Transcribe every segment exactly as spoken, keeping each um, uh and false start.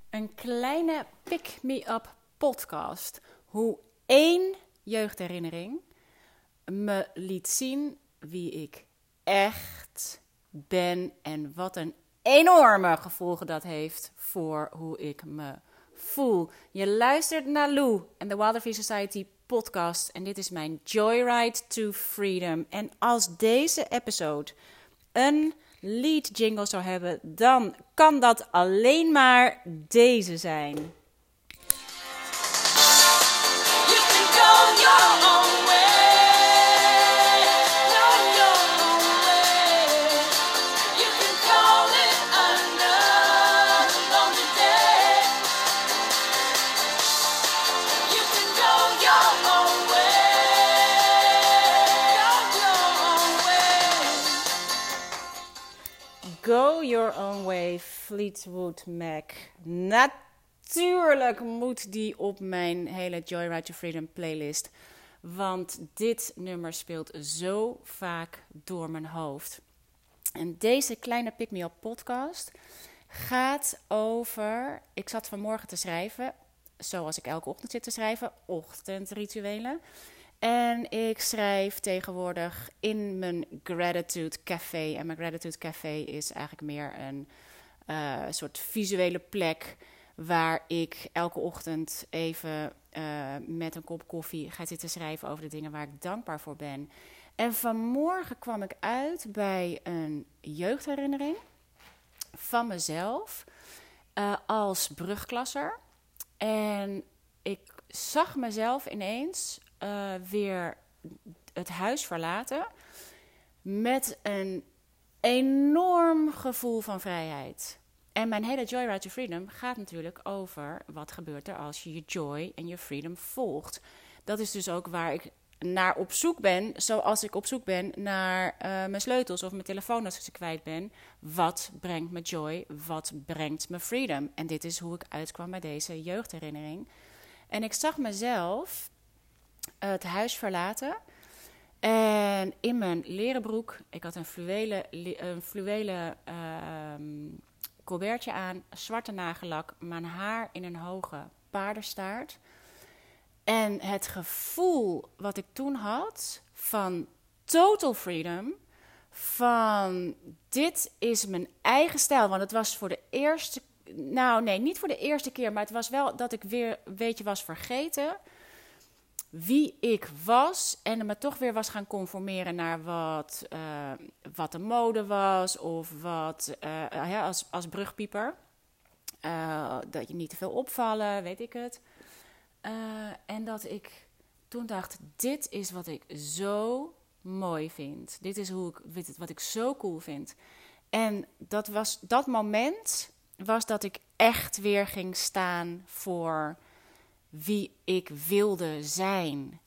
Een kleine pick-me-up podcast. Hoe één jeugdherinnering me liet zien wie ik echt ben. En wat een enorme gevolgen dat heeft voor hoe ik me voel. Je luistert naar Lou en de Wilder Free Society podcast. En dit is mijn Joyride to Freedom. En als deze episode een lead jingle zou hebben, dan kan dat alleen maar deze zijn. You can go your own way, go your own way. You can call it another lonely day. You can go your own way, go your own way. Go Your Own Way, Fleetwood Mac. Natuurlijk moet die op mijn hele Joyride to Freedom playlist. Want dit nummer speelt zo vaak door mijn hoofd. En deze kleine Pick Me Up podcast gaat over... Ik zat vanmorgen te schrijven, zoals ik elke ochtend zit te schrijven, ochtendrituelen. En ik schrijf tegenwoordig in mijn Gratitude Café. En mijn Gratitude Café is eigenlijk meer een uh, soort visuele plek waar ik elke ochtend even uh, met een kop koffie ga zitten schrijven over de dingen waar ik dankbaar voor ben. En vanmorgen kwam ik uit bij een jeugdherinnering van mezelf uh, als brugklasser. En ik zag mezelf ineens uh, weer het huis verlaten met een enorm gevoel van vrijheid. En mijn hele Joyride to Freedom gaat natuurlijk over wat gebeurt er als je je joy en je freedom volgt. Dat is dus ook waar ik naar op zoek ben, zoals ik op zoek ben naar uh, mijn sleutels of mijn telefoon als ik ze kwijt ben. Wat brengt me joy? Wat brengt me freedom? En dit is hoe ik uitkwam bij deze jeugdherinnering. En ik zag mezelf het huis verlaten en in mijn leren broek, ik had een fluwelen, een fluwelen uh, colbertje aan, zwarte nagellak, mijn haar in een hoge paardenstaart. En het gevoel wat ik toen had van total freedom, van dit is mijn eigen stijl. Want het was voor de eerste, nou nee, niet voor de eerste keer, maar het was wel dat ik weer een beetje was vergeten wie ik was en me toch weer was gaan conformeren naar wat, uh, wat de mode was of wat uh, ja, als, als brugpieper. Uh, dat je niet te veel opvallen, weet ik het. Uh, en dat ik toen dacht, dit is wat ik zo mooi vind. Dit is hoe ik, wat ik zo cool vind. En dat, was, dat moment was dat ik echt weer ging staan voor wie ik wilde zijn.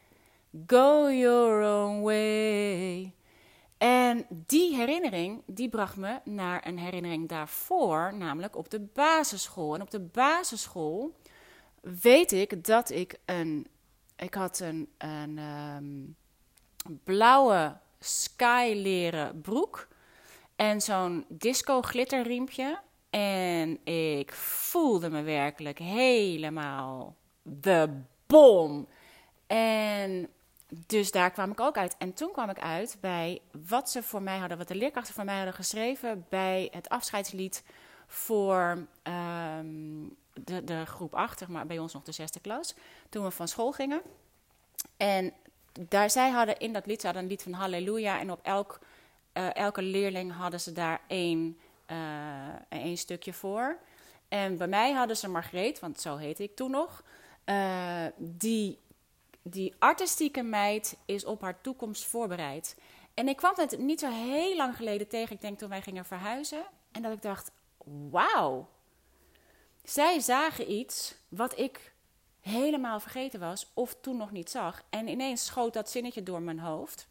Go your own way. En die herinnering, die bracht me naar een herinnering daarvoor, namelijk op de basisschool. En op de basisschool weet ik dat ik een... Ik had een, een um, blauwe skyleren broek en zo'n disco glitterriempje. En ik voelde me werkelijk helemaal de bom. En dus daar kwam ik ook uit. En toen kwam ik uit bij wat ze voor mij hadden, wat de leerkrachten voor mij hadden geschreven bij het afscheidslied voor um, de, de groep acht, maar bij ons nog de zesde klas, toen we van school gingen. En daar, zij hadden in dat lied, ze hadden een lied van Halleluja en op elk, uh, elke leerling hadden ze daar één, uh, één stukje voor. En bij mij hadden ze Margreet, want zo heette ik toen nog, uh, die... Die artistieke meid is op haar toekomst voorbereid. En ik kwam het niet zo heel lang geleden tegen, ik denk toen wij gingen verhuizen. En dat ik dacht, wauw. Zij zagen iets wat ik helemaal vergeten was of toen nog niet zag. En ineens schoot dat zinnetje door mijn hoofd.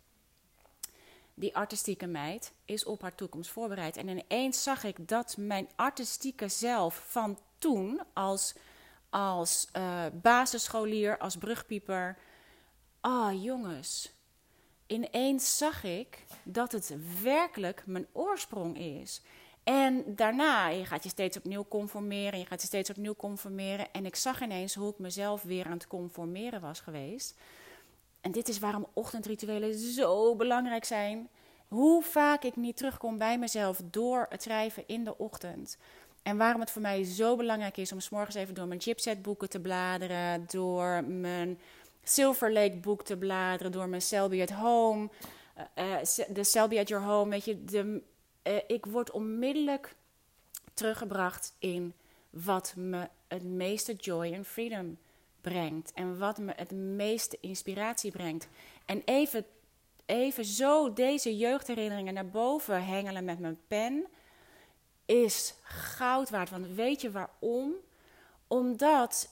Die artistieke meid is op haar toekomst voorbereid. En ineens zag ik dat mijn artistieke zelf van toen als... Als uh, basisscholier, als brugpieper. Ah, oh, jongens. Ineens zag ik dat het werkelijk mijn oorsprong is. En daarna, je gaat je steeds opnieuw conformeren. Je gaat je steeds opnieuw conformeren. En ik zag ineens hoe ik mezelf weer aan het conformeren was geweest. En dit is waarom ochtendrituelen zo belangrijk zijn. Hoe vaak ik niet terugkom bij mezelf door het schrijven in de ochtend. En waarom het voor mij zo belangrijk is om 's morgens even door mijn Gypset boeken te bladeren. Door mijn Silver Lake boek te bladeren. Door mijn Selby at Home. Uh, uh, de Selby at Your Home. Weet je, de, uh, ik word onmiddellijk teruggebracht in wat me het meeste joy en freedom brengt. En wat me het meeste inspiratie brengt. En even, even zo deze jeugdherinneringen naar boven hengelen met mijn pen is goud waard. Want weet je waarom? Omdat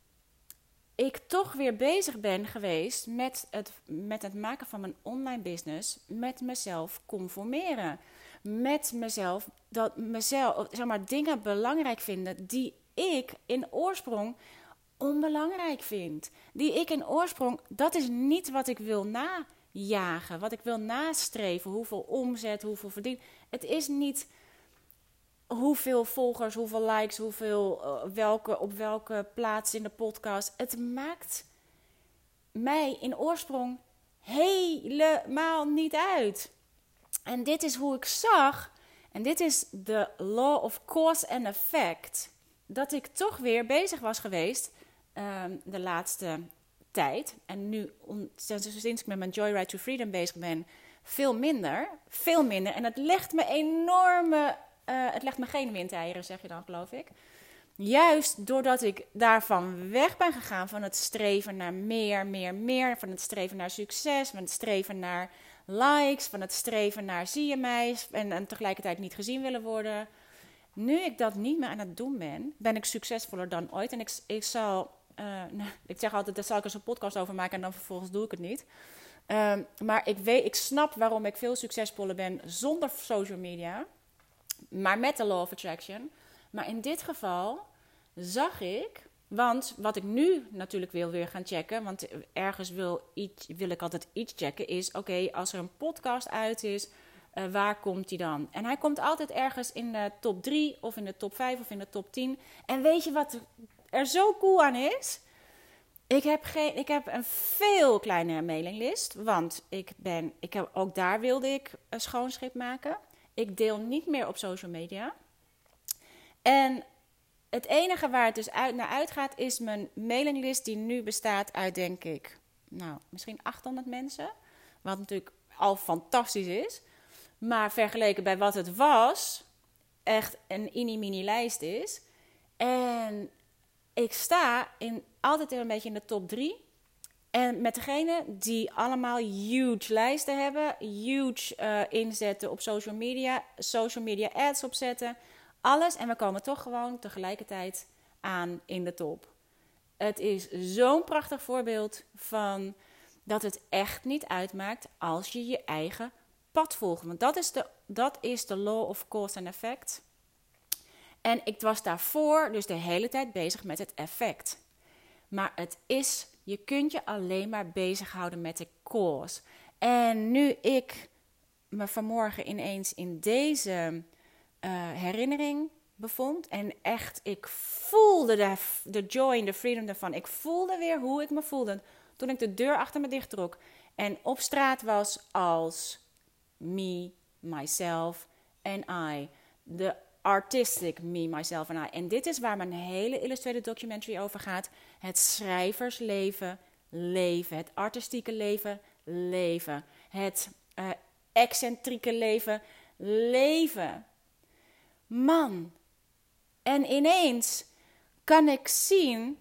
ik toch weer bezig ben geweest met het, met het maken van mijn online business. Met mezelf conformeren. Met mezelf, dat mezelf, zeg maar, dingen belangrijk vinden die ik in oorsprong onbelangrijk vind. Die ik in oorsprong, dat is niet wat ik wil najagen. Wat ik wil nastreven. Hoeveel omzet, hoeveel verdien. Het is niet hoeveel volgers, hoeveel likes, hoeveel, uh, welke, op welke plaats in de podcast. Het maakt mij in oorsprong helemaal niet uit. En dit is hoe ik zag. En dit is de law of cause and effect. Dat ik toch weer bezig was geweest um, de laatste tijd. En nu, sinds, sinds ik met mijn Joyride to Freedom bezig ben, veel minder. Veel minder. En het legt me enorme... Uh, het legt me geen windeieren, zeg je dan, geloof ik. Juist doordat ik daarvan weg ben gegaan, van het streven naar meer, meer, meer. Van het streven naar succes, van het streven naar likes, van het streven naar zie je mij. En, en tegelijkertijd niet gezien willen worden. Nu ik dat niet meer aan het doen ben, ben ik succesvoller dan ooit. En ik, ik zal, uh, nou, ik zeg altijd, daar zal ik eens een podcast over maken en dan vervolgens doe ik het niet. Um, maar ik, weet, ik snap waarom ik veel succesvoller ben zonder social media. Maar met de Law of Attraction. Maar in dit geval zag ik, want wat ik nu natuurlijk wil weer gaan checken, want ergens wil, iets, wil ik altijd iets checken, is oké, okay, als er een podcast uit is, uh, waar komt die dan? En hij komt altijd ergens in de top drie of in de top vijf of in de top tien. En weet je wat er zo cool aan is? Ik heb, geen, ik heb een veel kleinere mailinglist, want ik ben, ik heb, ook daar wilde ik een schoonschip maken. Ik deel niet meer op social media. En het enige waar het dus uit, naar uitgaat is mijn mailinglist die nu bestaat uit, denk ik, nou, misschien achthonderd mensen. Wat natuurlijk al fantastisch is. Maar vergeleken bij wat het was, echt een mini-mini lijst is. En ik sta in, altijd een beetje in de top drie. En met degenen die allemaal huge lijsten hebben, huge uh, inzetten op social media, social media ads opzetten, alles. En we komen toch gewoon tegelijkertijd aan in de top. Het is zo'n prachtig voorbeeld van dat het echt niet uitmaakt als je je eigen pad volgt. Want dat is de, dat is de law of cause and effect. En ik was daarvoor dus de hele tijd bezig met het effect. Maar het is... Je kunt je alleen maar bezighouden met de cause. En nu ik me vanmorgen ineens in deze uh, herinnering bevond. En echt, ik voelde de, de joy en de freedom ervan. Ik voelde weer hoe ik me voelde toen ik de deur achter me dicht trok. En op straat was als me, myself en I. De artistic me, myself en I. En dit is waar mijn hele illustrated documentary over gaat. Het schrijversleven leven. Het artistieke leven leven. Het uh, excentrieke leven leven. Man. En ineens kan ik zien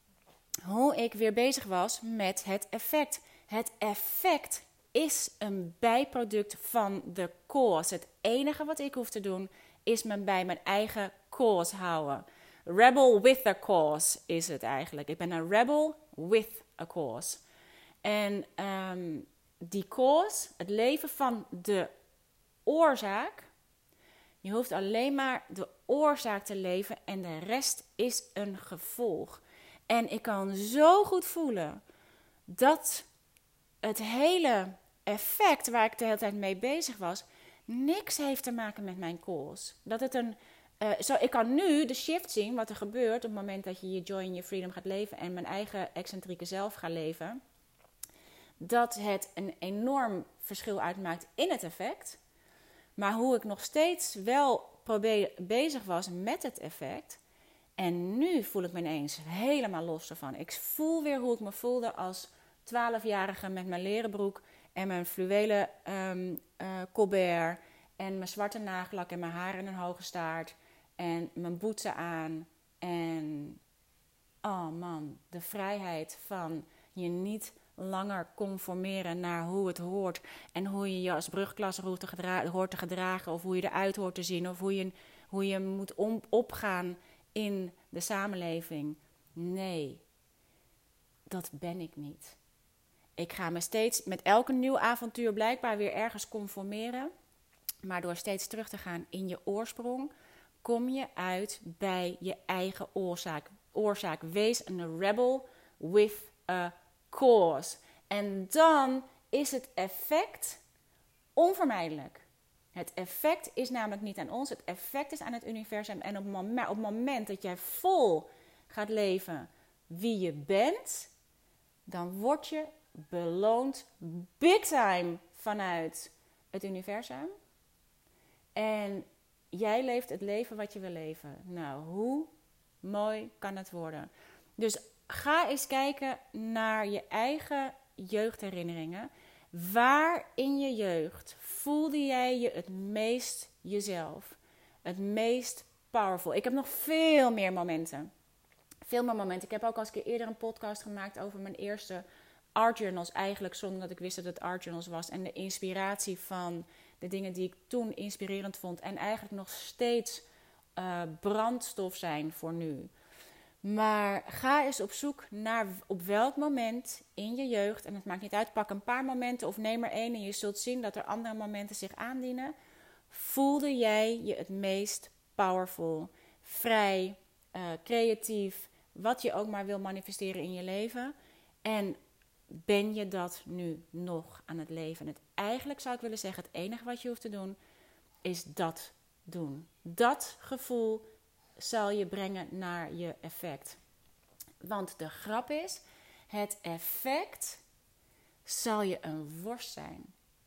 hoe ik weer bezig was met het effect. Het effect is een bijproduct van de cause. Het enige wat ik hoef te doen is me bij mijn eigen cause houden. Rebel with a cause is het eigenlijk. Ik ben een rebel with a cause. En um, die cause, het leven van de oorzaak. Je hoeft alleen maar de oorzaak te leven en de rest is een gevolg. En ik kan zo goed voelen dat het hele effect waar ik de hele tijd mee bezig was, niks heeft te maken met mijn cause. Dat het een, uh, zo, ik kan nu de shift zien wat er gebeurt op het moment dat je je joy en je freedom gaat leven en mijn eigen excentrieke zelf gaat leven. Dat het een enorm verschil uitmaakt in het effect. Maar hoe ik nog steeds wel probeer, bezig was met het effect. En nu voel ik me ineens helemaal los ervan. Ik voel weer hoe ik me voelde als twaalfjarige met mijn leren broek en mijn fluwelen um, uh, colbert en mijn zwarte nagellak en mijn haar in een hoge staart en mijn boetsen aan. En oh man, de vrijheid van je niet langer conformeren naar hoe het hoort en hoe je je als brugklasser hoort te, gedra- hoort te gedragen of hoe je eruit hoort te zien of hoe je, hoe je moet om- opgaan in de samenleving. Nee, dat ben ik niet. Ik ga me steeds met elke nieuw avontuur blijkbaar weer ergens conformeren. Maar door steeds terug te gaan in je oorsprong, kom je uit bij je eigen oorzaak. oorzaak. Wees een rebel with a cause. En dan is het effect onvermijdelijk. Het effect is namelijk niet aan ons. Het effect is aan het universum. En op het moment, op het moment dat jij vol gaat leven wie je bent, dan word je beloond big time vanuit het universum. En jij leeft het leven wat je wil leven. Nou, hoe mooi kan het worden? Dus ga eens kijken naar je eigen jeugdherinneringen. Waar in je jeugd voelde jij je het meest jezelf? Het meest powerful? Ik heb nog veel meer momenten. Veel meer momenten. Ik heb ook al eens een keer eerder een podcast gemaakt over mijn eerste art journals. Eigenlijk zonder dat ik wist dat het art journals was. En de inspiratie van de dingen die ik toen inspirerend vond. En eigenlijk nog steeds uh, brandstof zijn voor nu. Maar ga eens op zoek naar op welk moment in je jeugd, en het maakt niet uit, pak een paar momenten of neem er één en je zult zien dat er andere momenten zich aandienen. Voelde jij je het meest powerful, vrij, uh, creatief, wat je ook maar wil manifesteren in je leven. En ben je dat nu nog aan het leven? En het, eigenlijk zou ik willen zeggen, het enige wat je hoeft te doen, is dat doen. Dat gevoel zal je brengen naar je effect. Want de grap is, het effect zal je een worst zijn.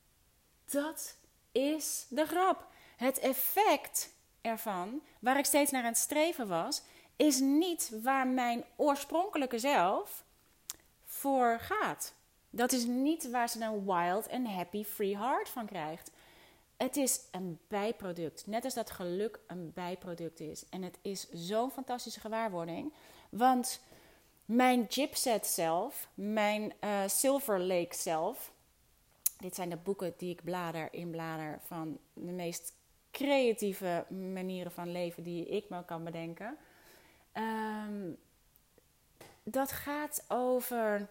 Dat is de grap. Het effect ervan, waar ik steeds naar aan het streven was, is niet waar mijn oorspronkelijke zelf voor gaat. Dat is niet waar ze een wild and happy free heart van krijgt. Het is een bijproduct. Net als dat geluk een bijproduct is. En het is zo'n fantastische gewaarwording. Want mijn Gypset zelf, mijn uh, Silver Lake zelf. Dit zijn de boeken die ik blader in blader van de meest creatieve manieren van leven die ik me kan bedenken. Um, dat gaat over...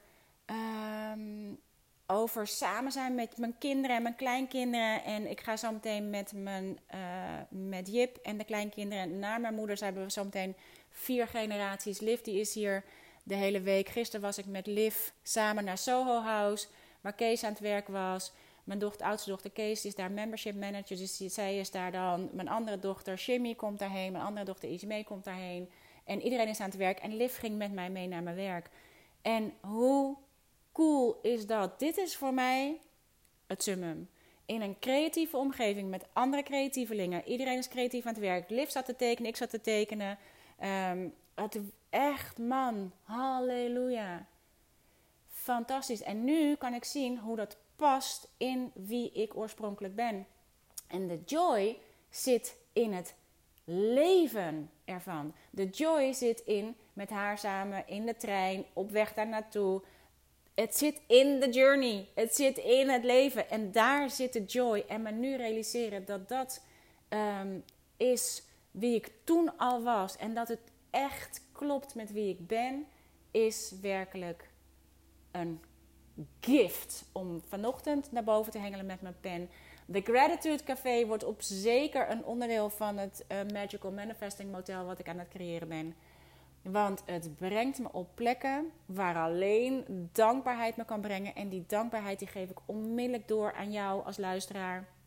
Um, Over samen zijn met mijn kinderen en mijn kleinkinderen. En ik ga zo meteen met, mijn, uh, met Jip en de kleinkinderen naar mijn moeders. Hebben we zo meteen vier generaties. Liv die is hier de hele week. Gisteren was ik met Liv samen naar Soho House, waar Kees aan het werk was. Mijn dochter, oudste dochter Kees die is daar membership manager. Dus die, zij is daar dan. Mijn andere dochter Shimmy komt daarheen. Mijn andere dochter Ismee komt daarheen. En iedereen is aan het werk. En Liv ging met mij mee naar mijn werk. En hoe cool is dat? Dit is voor mij het summum. In een creatieve omgeving met andere creatievelingen. Iedereen is creatief aan het werk. Liv zat te tekenen, ik zat te tekenen. Um, het, echt man, halleluja. Fantastisch. En nu kan ik zien hoe dat past in wie ik oorspronkelijk ben. En de joy zit in het leven ervan. De joy zit in met haar samen in de trein, op weg daar naartoe. Het zit in de journey. Het zit in het leven. En daar zit de joy. En me nu realiseren dat dat um, is wie ik toen al was. En dat het echt klopt met wie ik ben. Is werkelijk een gift. Om vanochtend naar boven te hengelen met mijn pen. De Gratitude Café wordt op zeker een onderdeel van het uh, Magical Manifesting Motel wat ik aan het creëren ben. Want het brengt me op plekken waar alleen dankbaarheid me kan brengen. En die dankbaarheid die geef ik onmiddellijk door aan jou als luisteraar.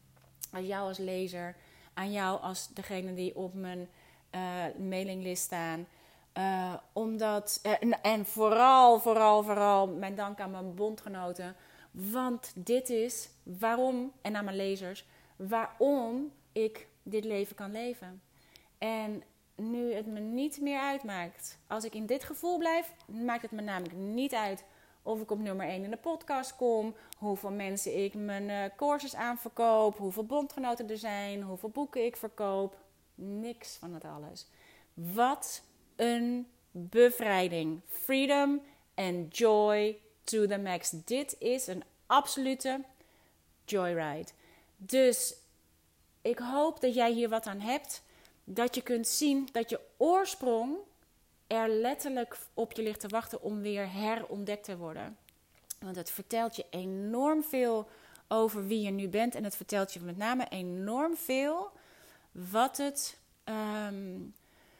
aan jou als lezer, aan jou als degene die op mijn uh, mailinglist staan. Uh, omdat, uh, en, en vooral, vooral, vooral mijn dank aan mijn bondgenoten. Want dit is waarom, en aan mijn lezers, waarom ik dit leven kan leven. En nu het me niet meer uitmaakt, als ik in dit gevoel blijf, maakt het me namelijk niet uit of ik op nummer één in de podcast kom, hoeveel mensen ik mijn uh, courses aanverkoop, hoeveel bondgenoten er zijn, hoeveel boeken ik verkoop. Niks van dat alles. Wat een bevrijding. Freedom and joy to the max. Dit is een absolute joyride. Dus ik hoop dat jij hier wat aan hebt. Dat je kunt zien dat je oorsprong er letterlijk op je ligt te wachten om weer herontdekt te worden. Want het vertelt je enorm veel over wie je nu bent. En het vertelt je met name enorm veel wat het... Um,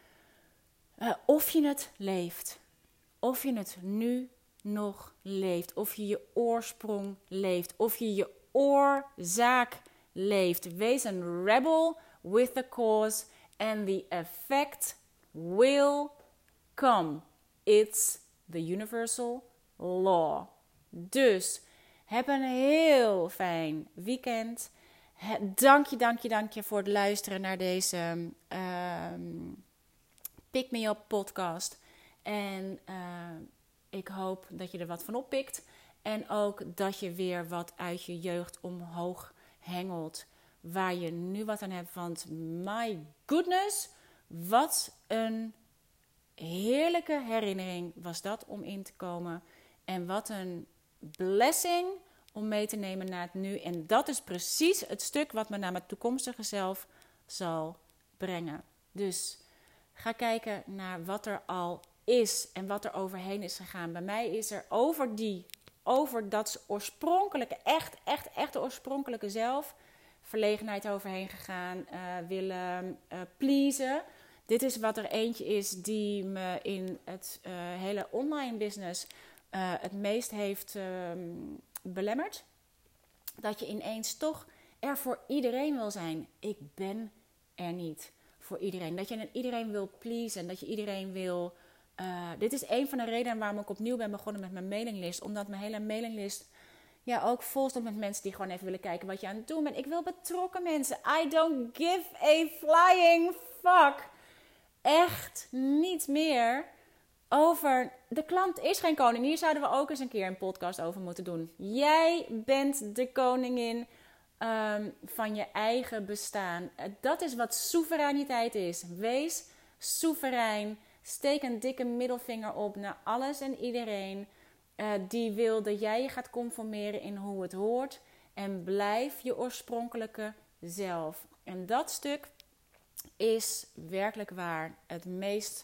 uh, of je het leeft. Of je het nu nog leeft. Of je je oorsprong leeft. Of je je oorzaak leeft. Wees een rebel with the cause. And the effect will come. It's the universal law. Dus heb een heel fijn weekend. Dank je, dank je, dank je voor het luisteren naar deze um, Pick Me Up podcast. En uh, ik hoop dat je er wat van oppikt. En ook dat je weer wat uit je jeugd omhoog hengelt. Waar je nu wat aan hebt. Want my goodness, wat een heerlijke herinnering was dat om in te komen. En wat een blessing om mee te nemen naar het nu. En dat is precies het stuk wat me naar mijn toekomstige zelf zal brengen. Dus ga kijken naar wat er al is en wat er overheen is gegaan. Bij mij is er over die, over dat oorspronkelijke, echt, echt, echt de oorspronkelijke zelf, verlegenheid overheen gegaan, uh, willen uh, pleasen. Dit is wat er eentje is die me in het uh, hele online business uh, het meest heeft uh, belemmerd. Dat je ineens toch er voor iedereen wil zijn. Ik ben er niet voor iedereen. Dat je iedereen wil pleasen. Dat je iedereen wil... Uh, dit is een van de redenen waarom ik opnieuw ben begonnen met mijn mailinglist. Omdat mijn hele mailinglist ja, ook vol stond met mensen die gewoon even willen kijken wat je aan het doen bent. Ik wil betrokken mensen. I don't give a flying fuck. Echt niet meer over... De klant is geen koning. Hier zouden we ook eens een keer een podcast over moeten doen. Jij bent de koningin um, van je eigen bestaan. Dat is wat soevereiniteit is. Wees soeverein. Steek een dikke middelvinger op naar alles en iedereen uh, die wil dat jij je gaat conformeren in hoe het hoort. En blijf je oorspronkelijke zelf. En dat stuk is werkelijk waar het meest,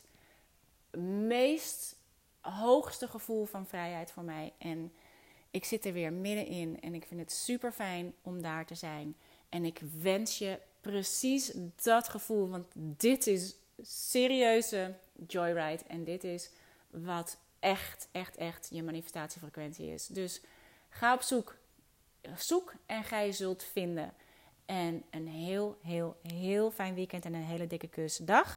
meest hoogste gevoel van vrijheid voor mij. En ik zit er weer middenin en ik vind het super fijn om daar te zijn. En ik wens je precies dat gevoel, want dit is serieuze joyride. En dit is wat echt, echt, echt je manifestatiefrequentie is. Dus ga op zoek. Zoek en gij zult vinden. En een heel, heel, heel fijn weekend en een hele dikke kus. Dag!